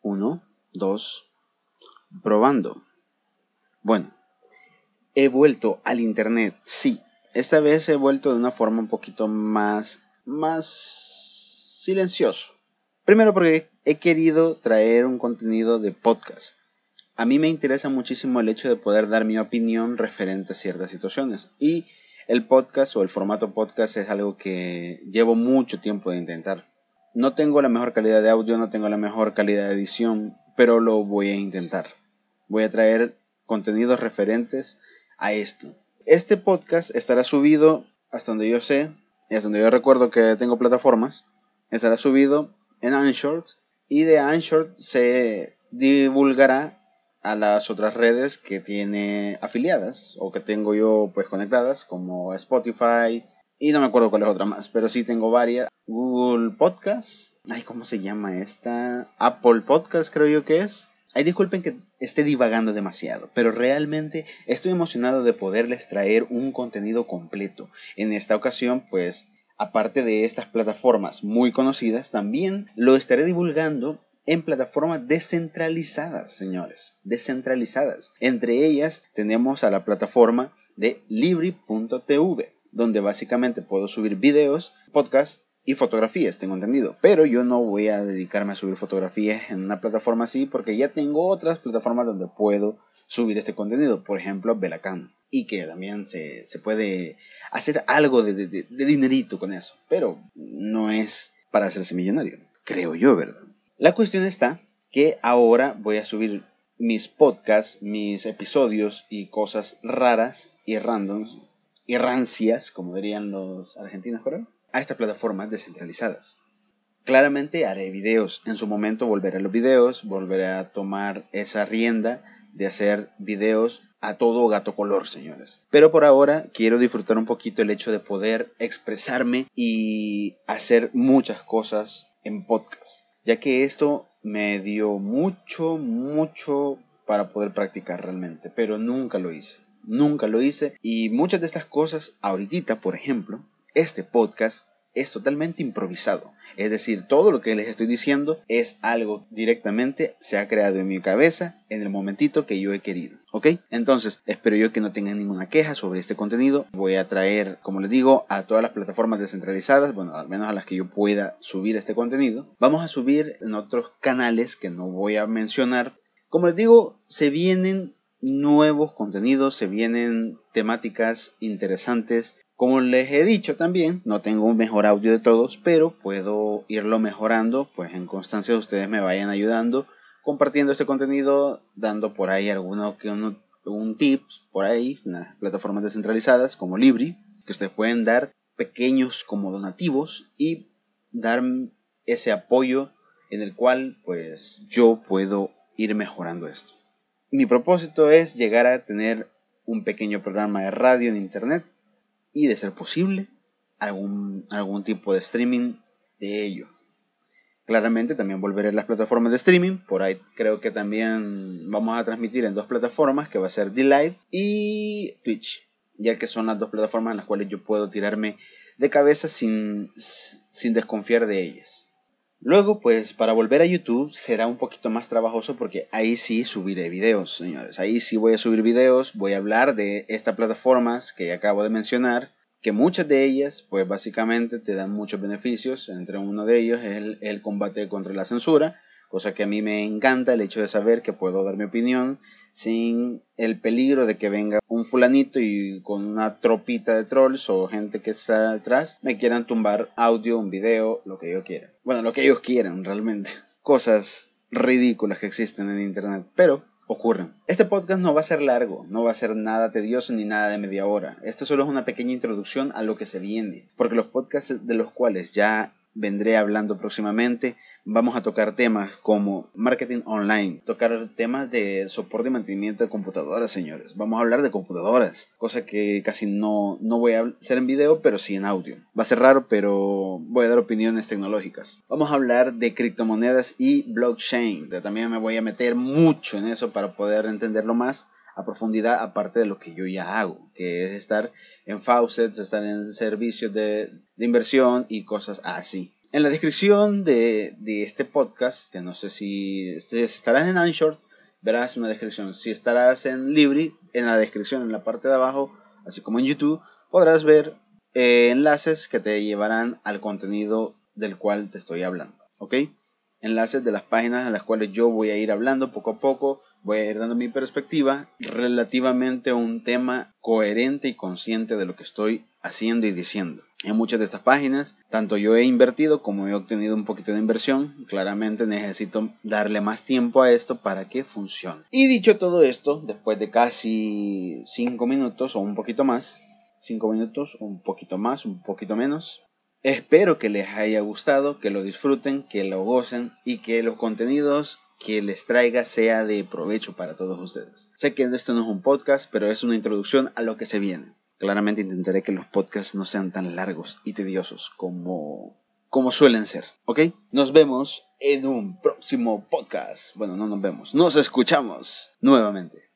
Uno, dos, probando. Bueno, he vuelto al internet, sí. Esta vez he vuelto de una forma un poquito más silencioso. Primero porque he querido traer un contenido de podcast. A mí me interesa muchísimo el hecho de poder dar mi opinión referente a ciertas situaciones. Y el podcast o el formato podcast es algo que llevo mucho tiempo de intentar. No tengo la mejor calidad de audio, no tengo la mejor calidad de edición, pero lo voy a intentar. Voy a traer contenidos referentes a esto. Este podcast estará subido, hasta donde yo sé, y hasta donde yo recuerdo que tengo plataformas, estará subido en Anchor, y de Anchor se divulgará a las otras redes que tiene afiliadas o que tengo yo pues conectadas, como Spotify, y no me acuerdo cuál es otra más, pero sí tengo varias. Google Podcast, ¿cómo se llama esta? Apple Podcast creo yo que es. Disculpen que esté divagando demasiado, pero realmente estoy emocionado de poderles traer un contenido completo. En esta ocasión, pues, aparte de estas plataformas muy conocidas, también lo estaré divulgando en plataformas descentralizadas, señores, descentralizadas. Entre ellas tenemos a la plataforma de Libri.tv, donde básicamente puedo subir videos, podcasts y fotografías, tengo entendido. Pero yo no voy a dedicarme a subir fotografías en una plataforma así, porque ya tengo otras plataformas donde puedo subir este contenido. Por ejemplo, Belacam. Y que también se puede hacer algo de dinerito con eso. Pero no es para hacerse millonario, creo yo, ¿verdad? La cuestión está que ahora voy a subir mis podcasts, mis episodios y cosas raras y randoms y rancias, como dirían los argentinos, creo, a estas plataformas descentralizadas. Claramente haré videos. En su momento volveré a los videos, volveré a tomar esa rienda de hacer videos a todo gato color, señores. Pero por ahora quiero disfrutar un poquito el hecho de poder expresarme y hacer muchas cosas en podcast, ya que esto me dio mucho para poder practicar realmente, pero nunca lo hice y muchas de estas cosas ahorita, por ejemplo, este podcast es totalmente improvisado. Es decir, todo lo que les estoy diciendo es algo directamente se ha creado en mi cabeza en el momentito que yo he querido. ¿Ok? Entonces, espero yo que no tengan ninguna queja sobre este contenido. Voy a traer, como les digo, a todas las plataformas descentralizadas, bueno, al menos a las que yo pueda subir este contenido. Vamos a subir en otros canales que no voy a mencionar. Como les digo, se vienen nuevos contenidos, se vienen temáticas interesantes. Como les he dicho también, no tengo un mejor audio de todos, pero puedo irlo mejorando, pues en constancia ustedes me vayan ayudando, compartiendo este contenido, dando por ahí un tips por ahí, en las plataformas descentralizadas como Libri, que ustedes pueden dar pequeños como donativos y dar ese apoyo en el cual pues yo puedo ir mejorando esto. Mi propósito es llegar a tener un pequeño programa de radio en internet y, de ser posible, algún tipo de streaming de ello. Claramente también volveré a las plataformas de streaming. Por ahí creo que también vamos a transmitir en dos plataformas, que va a ser Delight y Twitch, ya que son las dos plataformas en las cuales yo puedo tirarme de cabeza sin desconfiar de ellas. Luego, pues, para volver a YouTube será un poquito más trabajoso porque ahí sí subiré videos, señores. Ahí sí voy a subir videos, voy a hablar de estas plataformas que acabo de mencionar, que muchas de ellas, pues, básicamente te dan muchos beneficios. Entre uno de ellos es el combate contra la censura, cosa que a mí me encanta, el hecho de saber que puedo dar mi opinión sin el peligro de que venga un fulanito y con una tropita de trolls o gente que está detrás me quieran tumbar audio, un video, lo que yo quiera. Bueno, lo que ellos quieran realmente. Cosas ridículas que existen en internet, pero ocurren. Este podcast no va a ser largo, no va a ser nada tedioso ni nada de media hora. Esto solo es una pequeña introducción a lo que se viene, porque los podcasts de los cuales ya vendré hablando próximamente, vamos a tocar temas como marketing online, tocar temas de soporte y mantenimiento de computadoras, señores. Vamos a hablar de computadoras, cosa que casi no voy a hacer en video, pero sí en audio. Va a ser raro, pero voy a dar opiniones tecnológicas. Vamos a hablar de criptomonedas y blockchain. También me voy a meter mucho en eso para poder entenderlo más a profundidad, aparte de lo que yo ya hago, que es estar en faucets, estar en servicios de inversión y cosas así. En la descripción de este podcast, que no sé si estarás en Anchor, verás una descripción. Si estarás en Libri, en la descripción, en la parte de abajo, así como en YouTube, podrás ver enlaces que te llevarán al contenido del cual te estoy hablando, ¿ok? Enlaces de las páginas en las cuales yo voy a ir hablando poco a poco, voy a ir dando mi perspectiva relativamente a un tema coherente y consciente de lo que estoy haciendo y diciendo. En muchas de estas páginas, tanto yo he invertido como he obtenido un poquito de inversión. Claramente necesito darle más tiempo a esto para que funcione. Y dicho todo esto, después de casi 5 minutos o un poquito más, 5 minutos, un poquito más, un poquito menos, espero que les haya gustado, que lo disfruten, que lo gocen y que los contenidos que les traiga sea de provecho para todos ustedes. Sé que esto no es un podcast, pero es una introducción a lo que se viene. Claramente intentaré que los podcasts no sean tan largos y tediosos como suelen ser, ¿ok? Nos vemos en un próximo podcast. Bueno, no nos vemos, nos escuchamos nuevamente.